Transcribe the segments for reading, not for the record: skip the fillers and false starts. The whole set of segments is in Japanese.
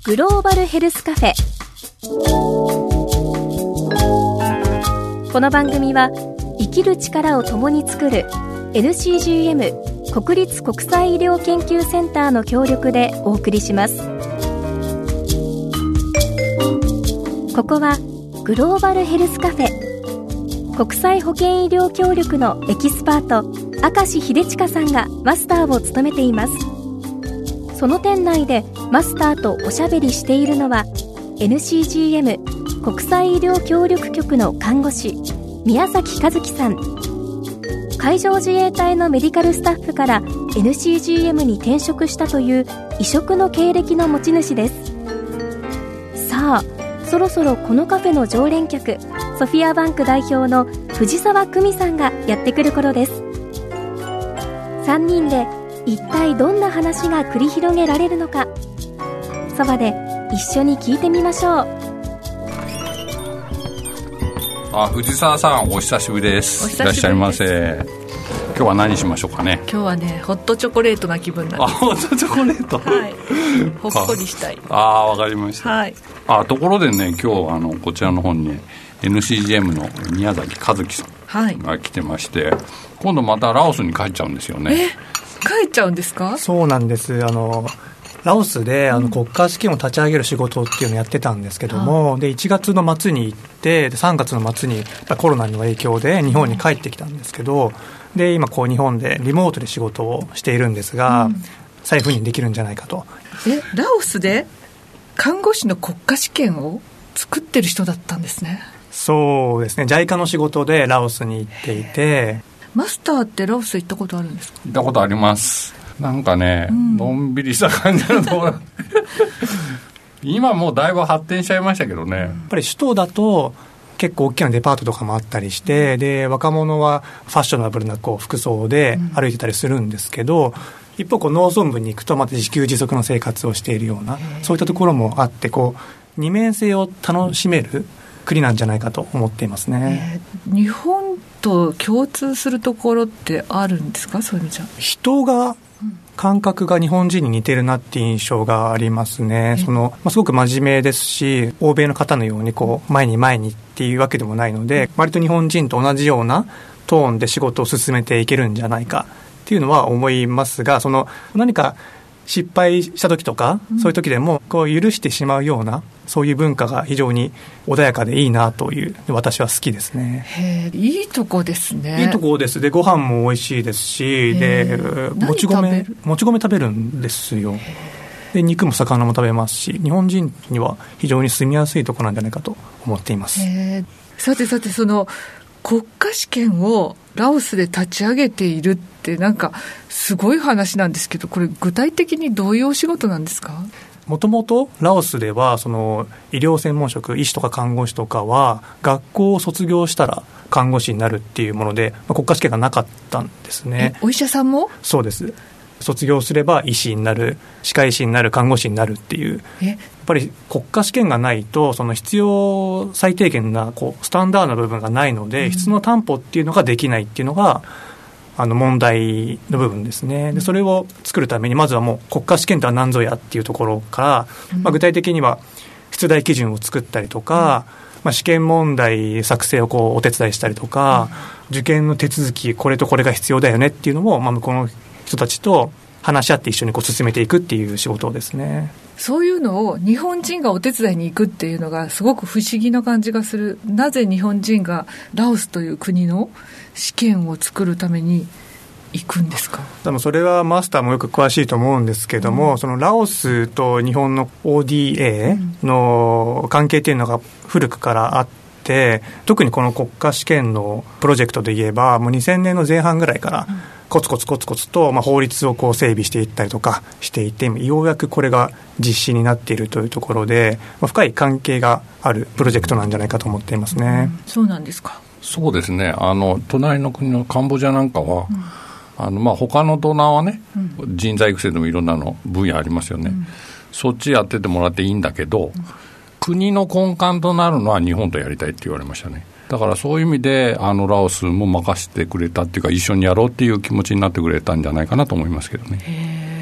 グローバルヘルスカフェ。この番組は生きる力を共に作る NCGM 国立国際医療研究センターの協力でお送りします。ここはグローバルヘルスカフェ。国際保健医療協力のエキスパート明石秀親さんがマスターを務めています。その店内でマスターとおしゃべりしているのは NCGM 国際医療協力局の看護師宮崎和樹さん。海上自衛隊のメディカルスタッフから NCGM に転職したという異色の経歴の持ち主です。さあ、そろそろこのカフェの常連客ソフィアバンク代表の藤沢久美さんがやってくる頃です。3人で一体どんな話が繰り広げられるのか、そばで一緒に聞いてみましょう。 藤沢さん、お久しぶりです。いらっしゃいませ。今日は何しましょうかね。 今日はね、ホットチョコレートな気分なんです。 ホットチョコレート、 はい、ほっこりしたい。 わかりました、 はい。 ところでね、今日こちらの方にね NCGM の宮崎和樹さんが来てまして、今度またラオスに帰っちゃうんですよね。 帰っちゃうんですか？ そうなんです。ラオスで国家試験を立ち上げる仕事っていうのをやってたんですけども、で1月の末に行って、で3月の末にコロナの影響で日本に帰ってきたんですけど、で今日本でリモートで仕事をしているんですが、再赴任できるんじゃないかと。 ラオスで看護師の国家試験を作ってる人だったんですね。 そうですね。JICA の仕事でラオスに行っていて。 マスターってラオス行ったことあるんですか？ 行ったことあります。なんかね、のんびりした感じのところ今もうだいぶ発展しちゃいましたけどね。やっぱり首都だと結構大きなデパートとかもあったりして、で若者はファッショナブルな服装で歩いてたりするんですけど、一方農村部に行くとまた自給自足の生活をしているような、そういったところもあって、二面性を楽しめる国なんじゃないかと思っていますね。 日本と共通するところってあるんですか？そういう意味じゃ人が感覚が日本人に似てるなっていう印象がありますね。すごく真面目ですし、欧米の方のように前にっていうわけでもないので、割と日本人と同じようなトーンで仕事を進めていけるんじゃないかっていうのは思いますが、何か失敗した時とか、そういう時でも許してしまうような、そういう文化が非常に穏やかでいいなという、私は好きですね。 いいとこですね。 いいとこです。でご飯も美味しいですし、でもち米食べるんですよ。で肉も魚も食べますし、日本人には非常に住みやすいところなんじゃないかと思っています。 さてその国家試験をラオスで立ち上げているってなんかすごい話なんですけど、これ具体的にどういうお仕事なんですか？ もともとラオスでは医療専門職、医師とか看護師とかは学校を卒業したら看護師になるっていうもので、国家試験がなかったんですね。 お医者さんも？そうです。卒業すれば医師になる、歯科医師になる、看護師になるっていう、やっぱり国家試験がないと必要最低限なスタンダードな部分がないので、質の担保っていうのができないっていうのが問題の部分ですね。でそれを作るためにまずはもう国家試験とは何ぞやっていうところから、具体的には出題基準を作ったりとか、試験問題作成をお手伝いしたりとか、受験の手続き、これとこれが必要だよねっていうのを、向こうの人たちと話し合って一緒に進めていくっていう仕事ですね。 そういうのを日本人がお手伝いに行くっていうのがすごく不思議な感じがする。なぜ日本人がラオスという国の試験を作るために行くんですか？ でもそれはマスターもよく詳しいと思うんですけども、ラオスと日本の ODA の関係っていうのが古くからあって、特にこの国家試験のプロジェクトで言えばもう2000年の前半ぐらいからコツコツと、法律を整備していったりとかしていて、ようやくこれが実施になっているというところで、深い関係があるプロジェクトなんじゃないかと思っていますね。 そうなんですか。 そうですね。隣の国のカンボジアなんかは、他のドナーはね、人材育成でもいろんな分野ありますよね、そっちやっててもらっていいんだけど、国の根幹となるのは日本とやりたいって言われましたね。だからそういう意味でラオスも任せてくれたっていうか、一緒にやろうっていう気持ちになってくれたんじゃないかなと思いますけどね。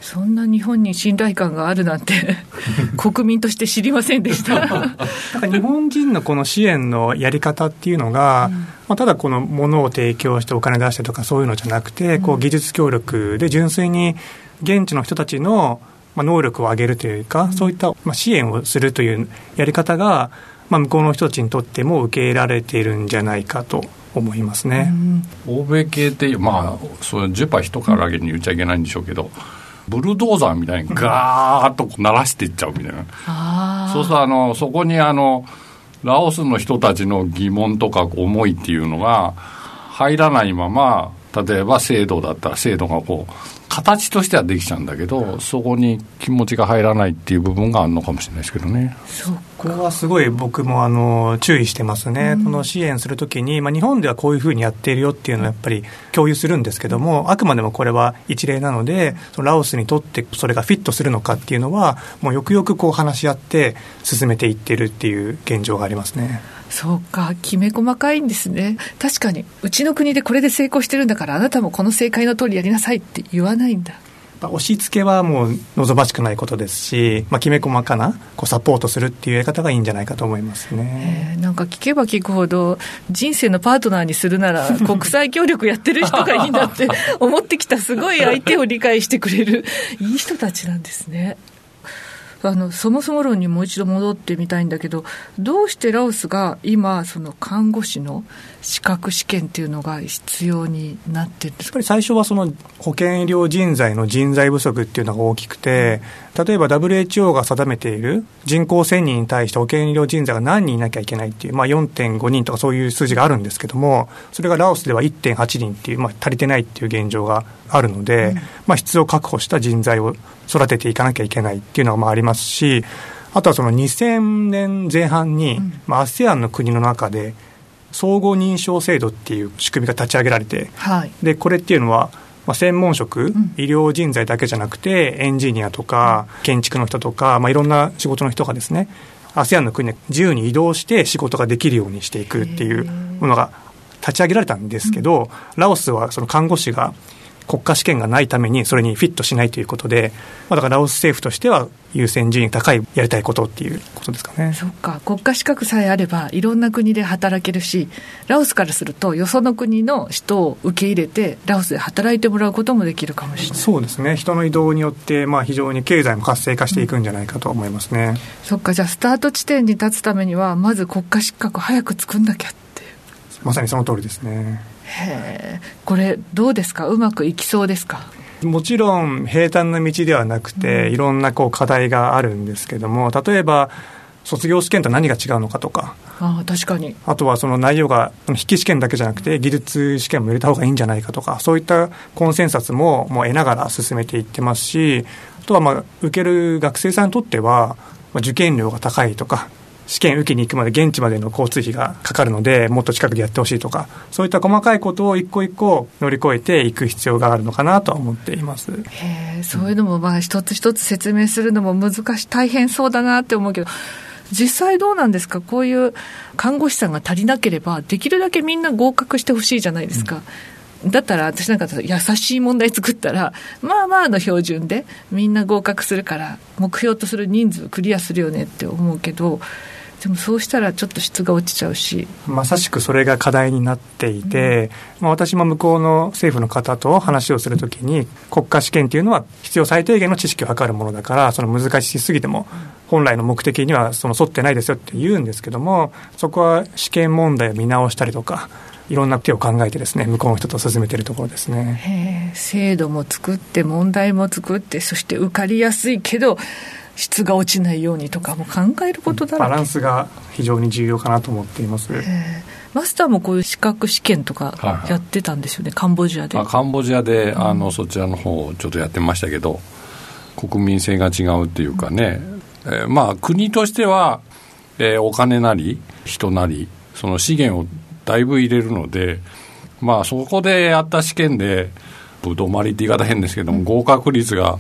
そんな日本に信頼感があるなんて国民として知りませんでしたなんか日本人のこの支援のやり方っていうのが、ただこの物を提供してお金出してとかそういうのじゃなくて、こう技術協力で純粋に現地の人たちの能力を上げるというか、そういった支援をするというやり方が、向こうの人たちにとっても受け入れられているんじゃないかと思いますね。 欧米系って、それ10パー人からげに言っちゃいけないんでしょうけど、ブルドーザーみたいにガーッと鳴らしていっちゃうみたいな、そうするとそこにラオスの人たちの疑問とか思いっていうのが入らないまま、例えば制度だったら制度がこう形としてはできちゃうんだけど、そこに気持ちが入らないっていう部分があるのかもしれないですけどね。 これはすごい僕も注意してますね。この支援するときに、日本ではこういうふうにやっているよっていうのをやっぱり共有するんですけども、あくまでもこれは一例なので、そのラオスにとってそれがフィットするのかっていうのはもうよくよくこう話し合って進めていっているっていう現状がありますね。 そうか、きめ細かいんですね。確かにうちの国でこれで成功してるんだから、あなたもこの正解の通りやりなさいって言わないんだ。 押し付けはもう望ましくないことですし、きめ細かなサポートするっていうやり方がいいんじゃないかと思いますね。 なんか聞けば聞くほど、人生のパートナーにするなら国際協力やってる人がいいんだって思ってきた。すごい相手を理解してくれるいい人たちなんですね。そもそも論にもう一度戻ってみたいんだけど、どうしてラオスが今その看護師の資格試験っていうのが必要になってるんですか？ やっぱり最初はその保健医療人材の人材不足っていうのが大きくて、例えば WHO が定めている人口1000人に対して保健医療人材が何人いなきゃいけないっていう、4.5 人とかそういう数字があるんですけども、それがラオスでは 1.8 人っていう、足りてないっていう現状があるので、質を確保した人材を育てていかなきゃいけないっていうのがありますし、あとはその2000年前半に、ASEAN の国の中で相互認証制度っていう仕組みが立ち上げられて、でこれっていうのは専門職、医療人材だけじゃなくてエンジニアとか建築の人とか、いろんな仕事の人がですね、 ASEAN の国で自由に移動して仕事ができるようにしていくっていうものが立ち上げられたんですけど、ラオスはその看護師が国家試験がないためにそれにフィットしないということで、だからラオス政府としては優先順位高いやりたいことっていうことですかね。 そっか、国家資格さえあればいろんな国で働けるし、ラオスからするとよその国の人を受け入れてラオスで働いてもらうこともできるかもしれない。 そうですね、人の移動によって非常に経済も活性化していくんじゃないかと思いますね。 そっか、じゃあスタート地点に立つためにはまず国家資格早く作んなきゃっていう。 まさにその通りですね。 これどうですか、うまくいきそうですか？ もちろん平坦な道ではなくて、いろんな課題があるんですけども、例えば卒業試験と何が違うのかとか、 確かに、 あとはその内容が筆記試験だけじゃなくて技術試験も入れた方がいいんじゃないかとか、そういったコンセンサスもう得ながら進めていってますし、あとは受ける学生さんにとっては受験料が高いとか、試験受けに行くまで現地までの交通費がかかるのでもっと近くでやってほしいとか、そういった細かいことを一個一個乗り越えていく必要があるのかなとは思っています。 そういうのも一つ一つ説明するのも難しい、大変そうだなって思うけど、実際どうなんですか？こういう看護師さんが足りなければできるだけみんな合格してほしいじゃないですか。だったら私なんか優しい問題作ったらの標準でみんな合格するから目標とする人数クリアするよねって思うけど、でもそうしたらちょっと質が落ちちゃうし、 まさしくそれが課題になっていて、私も向こうの政府の方と話をするときに、国家試験というのは必要最低限の知識を測るものだから、その難しすぎても本来の目的には沿ってないですよって言うんですけども、そこは試験問題を見直したりとか、いろんな手を考えてですね、向こうの人と進めているところですね。 制度も作って問題も作って、そして受かりやすいけど質が落ちないようにとかも考えることだらけ。 バランスが非常に重要かなと思っています。 マスターもこういう資格試験とかやってたんですよね、カンボジアで。 カンボジアでそちらの方をちょっとやってましたけど、国民性が違うっていうかね、国としては、お金なり人なりその資源をだいぶ入れるので、そこでやった試験でぶどまりって言い方変ですけども、合格率が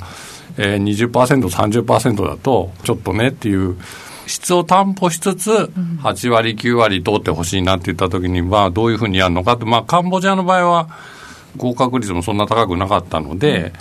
20%、30% だとちょっとねっていう、質を担保しつつ8割9割通ってほしいなって言った時にどういうふうにやるのかって、カンボジアの場合は合格率もそんな高くなかったので、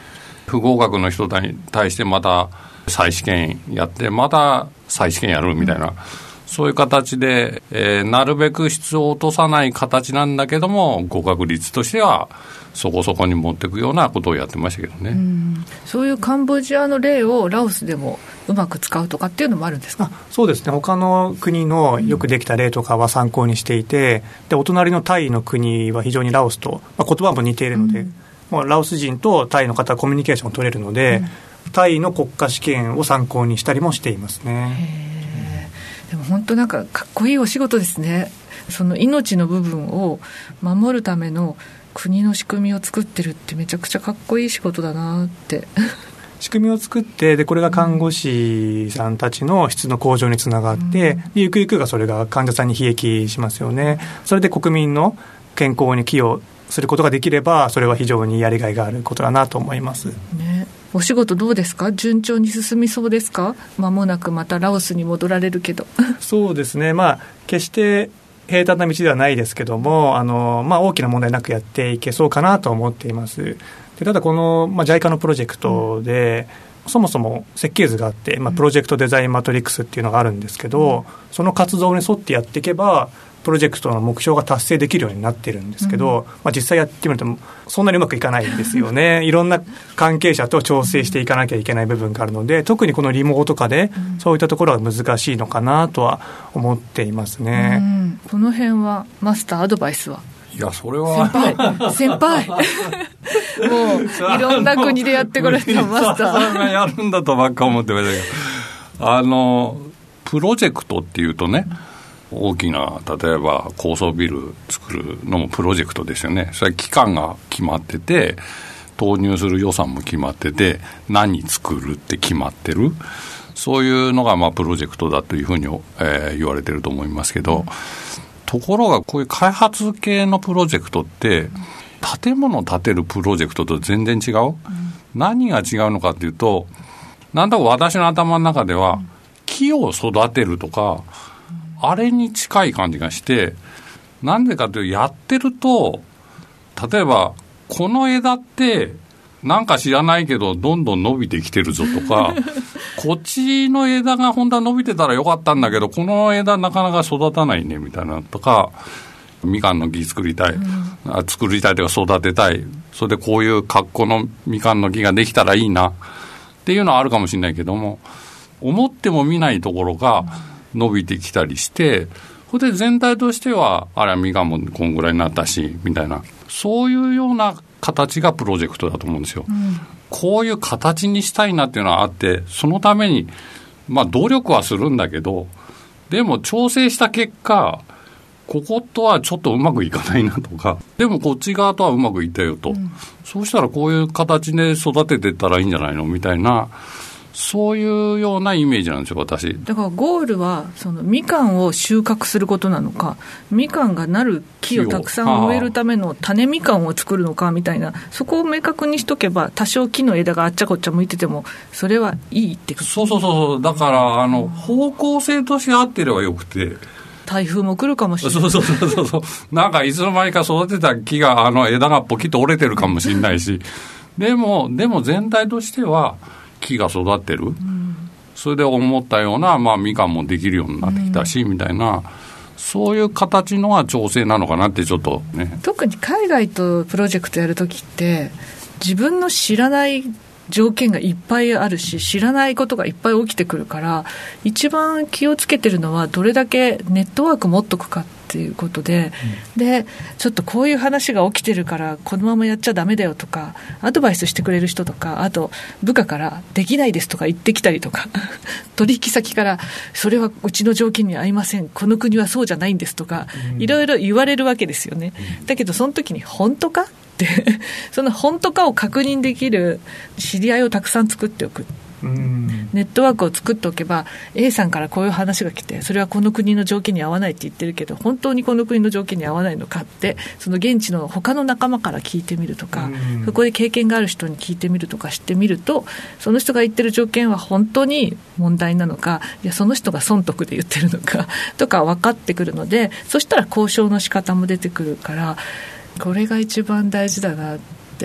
不合格の人に対してまた再試験やってまた再試験やるみたいな、そういう形で、なるべく質を落とさない形なんだけども合格率としてはそこそこに持っていくようなことをやってましたけどね。 そういうカンボジアの例をラオスでもうまく使うとかっていうのもあるんですか？ そうですね、他の国のよくできた例とかは参考にしていて、でお隣のタイの国は非常にラオスと、言葉も似ているので、もうラオス人とタイの方はコミュニケーションを取れるので、タイの国家試験を参考にしたりもしていますね。 でも本当なんかかっこいいお仕事ですね。その命の部分を守るための国の仕組みを作ってるってめちゃくちゃかっこいい仕事だなって仕組みを作って、でこれが看護師さんたちの質の向上につながって、ゆくゆくがそれが患者さんに裨益しますよね。それで国民の健康に寄与することができれば、それは非常にやりがいがあることだなと思います、 ね。お仕事どうですか？順調に進みそうですか？間もなくまたラオスに戻られるけどそうですね、決して平坦な道ではないですけども、大きな問題なくやっていけそうかなと思っています。でただこの、JICA のプロジェクトで、そもそも設計図があって、プロジェクトデザインマトリックスっていうのがあるんですけど、その活動に沿ってやっていけばプロジェクトの目標が達成できるようになってるんですけど、実際やってみるとそんなにうまくいかないんですよね。いろんな関係者と調整していかなきゃいけない部分があるので、特にこのリモート化でそういったところは難しいのかなとは思っていますね。 この辺はマスターアドバイスは？ いやそれは先輩もういろんな国でやってこられたマスターがやるんだとばっか思ってましたけど、プロジェクトっていうとね、大きな例えば高層ビル作るのもプロジェクトですよね。それは期間が決まってて、投入する予算も決まってて、何作るって決まってる、そういうのがプロジェクトだというふうに、言われてると思いますけど、ところがこういう開発系のプロジェクトって建物を建てるプロジェクトと全然違う、何が違うのかっていうと、なんだか私の頭の中では木を育てるとかあれに近い感じがして、なんでかというとやってると、例えばこの枝ってなんか知らないけどどんどん伸びてきてるぞとかこっちの枝が本当は伸びてたらよかったんだけどこの枝なかなか育たないねみたいなとか、みかんの木作りたい、作りたいというか育てたい、それでこういう格好のみかんの木ができたらいいなっていうのはあるかもしれないけども、思っても見ないところが伸びてきたりして、それで全体としてはあれはみかんもこんぐらいになったしみたいな、そういうような形がプロジェクトだと思うんですよ、こういう形にしたいなっていうのはあって、そのために努力はするんだけど、でも調整した結果こことはちょっとうまくいかないなとか、でもこっち側とはうまくいったよと、そうしたらこういう形で育てていったらいいんじゃないのみたいな、そういうようなイメージなんですよ私。 だからゴールはそのみかんを収穫することなのか、みかんがなる木をたくさん植えるための種みかんを作るのかみたいな、そこを明確にしとけば多少木の枝があっちゃこっちゃ向いててもそれはいいってこと。 そうだから方向性として合ってればよくて、 台風も来るかもしれない。 そうなんかいつの間にか育てた木が枝がポキッと折れてるかもしれないしでも全体としては木が育ってる、それで思ったような、みかんもできるようになってきたし、みたいな、そういう形のは調整なのかなってちょっとね。 特に海外とプロジェクトやるときって自分の知らない条件がいっぱいあるし、知らないことがいっぱい起きてくるから、一番気をつけてるのはどれだけネットワーク持っとくかっていうことで、でちょっとこういう話が起きてるからこのままやっちゃダメだよとかアドバイスしてくれる人とか、あと部下からできないですとか言ってきたりとか取引先からそれはうちの条件に合いません、この国はそうじゃないんですとか、いろいろ言われるわけですよね。だけどその時に本当かってその本当かを確認できる知り合いをたくさん作っておく、ネットワークを作っておけば A さんからこういう話が来て、それはこの国の条件に合わないって言ってるけど本当にこの国の条件に合わないのかって、その現地の他の仲間から聞いてみるとか、そこで経験がある人に聞いてみるとかしてみると、その人が言ってる条件は本当に問題なのか、いやその人が損得で言ってるのかとか分かってくるので、そしたら交渉の仕方も出てくるから、これが一番大事だなって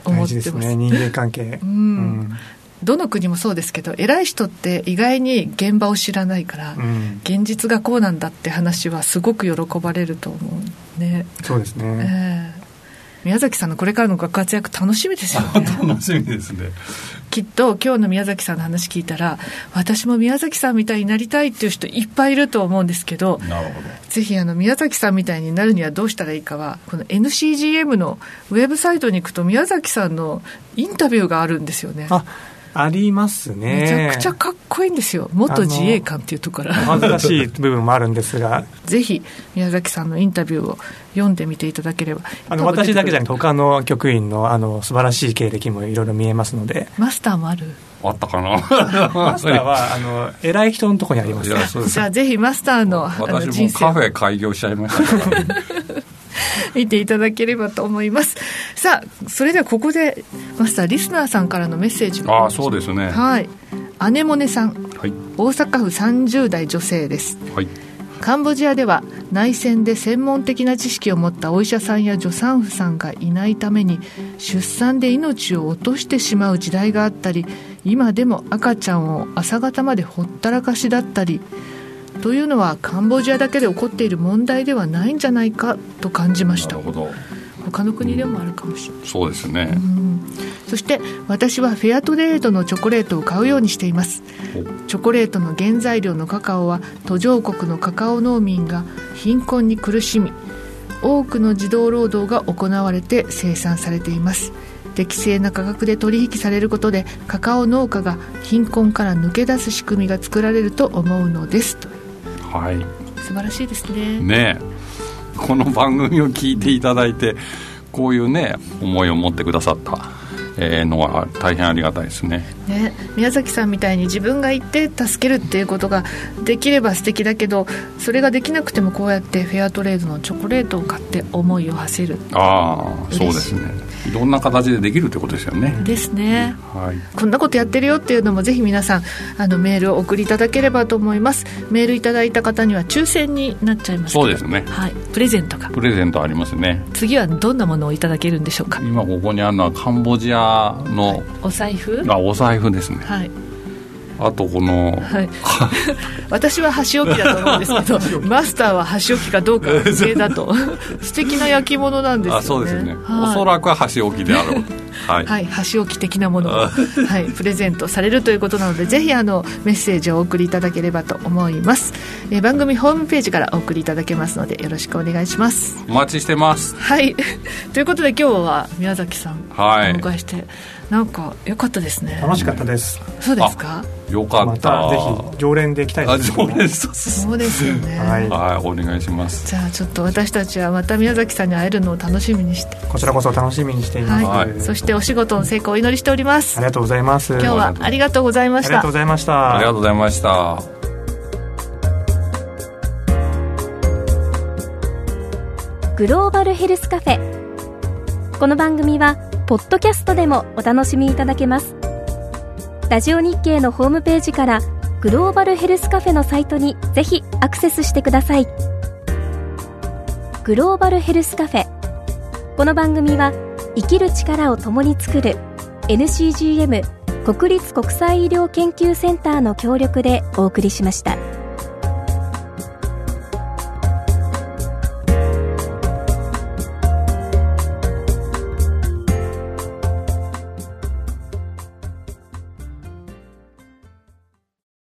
思ってます。 大事ですね、人間関係。 どの国もそうですけど、偉い人って意外に現場を知らないから、現実がこうなんだって話はすごく喜ばれると思うね。 そうですね、 宮崎さんのこれからのご活躍楽しみですよね。 楽しみですね。 きっと今日の宮崎さんの話聞いたら、私も宮崎さんみたいになりたいっていう人いっぱいいると思うんですけど、 なるほど。 ぜひ宮崎さんみたいになるにはどうしたらいいかは、この NCGM のウェブサイトに行くと宮崎さんのインタビューがあるんですよね。 ありますね。 めちゃくちゃかっこいいんですよ。元自衛官っていうところから恥ずかしい部分もあるんですがぜひ宮崎さんのインタビューを読んでみていただければ。 私だけじゃなくて他の局員の素晴らしい経歴もいろいろ見えますので。 マスターもある？ あったかなマスターは偉い人のところにあります。 じゃあぜひマスターの私もカフェ開業しちゃいましたから見ていただければと思います。さあ、それではここでマスター、リスナーさんからのメッセージを。 そうですね。 はい。アネモネさん、 はい、 大阪府30代女性です。 はい。 カンボジアでは内戦で専門的な知識を持ったお医者さんや助産婦さんがいないために出産で命を落としてしまう時代があったり、今でも赤ちゃんを朝方までほったらかしだったりというのはカンボジアだけで起こっている問題ではないんじゃないかと感じました。 なるほど。 他の国でもあるかもしれない。 そうですね。 そして私はフェアトレードのチョコレートを買うようにしています。チョコレートの原材料のカカオは途上国のカカオ農民が貧困に苦しみ、多くの児童労働が行われて生産されています。適正な価格で取引されることでカカオ農家が貧困から抜け出す仕組みが作られると思うのですと。 はい、 素晴らしいですね。 ねえ、この番組を聞いていただいてこういうね思いを持ってくださったのは大変ありがたいですね。 宮崎さんみたいに自分が行って助けるっていうことができれば素敵だけど、それができなくてもこうやってフェアトレードのチョコレートを買って思いを馳せる。 そうですね。いろんな形でできるってことですよね。 ですね、 はい、 こんなことやってるよっていうのもぜひ皆さんメールを送りいただければと思います。メールいただいた方には抽選になっちゃいますけど。 そうですね、 はい、プレゼントありますね。 次はどんなものをいただけるんでしょうか。 今ここにあるのはカンボジアの、 お財布。 お財布ですね。 はい。 あとこの、 はい、私は箸置きだと思うんですけどマスターは箸置きかどうか不明だと素敵な焼き物なんですよね。 そうですね、 はい、 おそらくは箸置きであろうはい、 はい、箸置き的なものを、はい、プレゼントされるということなので、ぜひメッセージをお送りいただければと思います。番組ホームページからお送りいただけますのでよろしくお願いします。 お待ちしてます。 はいということで今日は宮崎さんをお迎えして、 はい、 なんか良かったですね。 楽しかったです。 そうですか。 よかった。 またぜひ常連でいきたいですね。 そうですよね。 はい、 はい、お願いします。 じゃあちょっと私たちはまた宮崎さんに会えるのを楽しみにして、 こちらこそ楽しみにしています。 はい、そしてお仕事の成功をお祈りしております。 ありがとうございます。 今日はありがとうございました。 ありがとうございました。 ありがとうございました。 グローバルヘルスカフェ。この番組はポッドキャストでもお楽しみいただけます。ラジオ日経のホームページからグローバルヘルスカフェのサイトにぜひアクセスしてください。グローバルヘルスカフェ。この番組は生きる力を共に作る NCGM 国立国際医療研究センターの協力でお送りしました。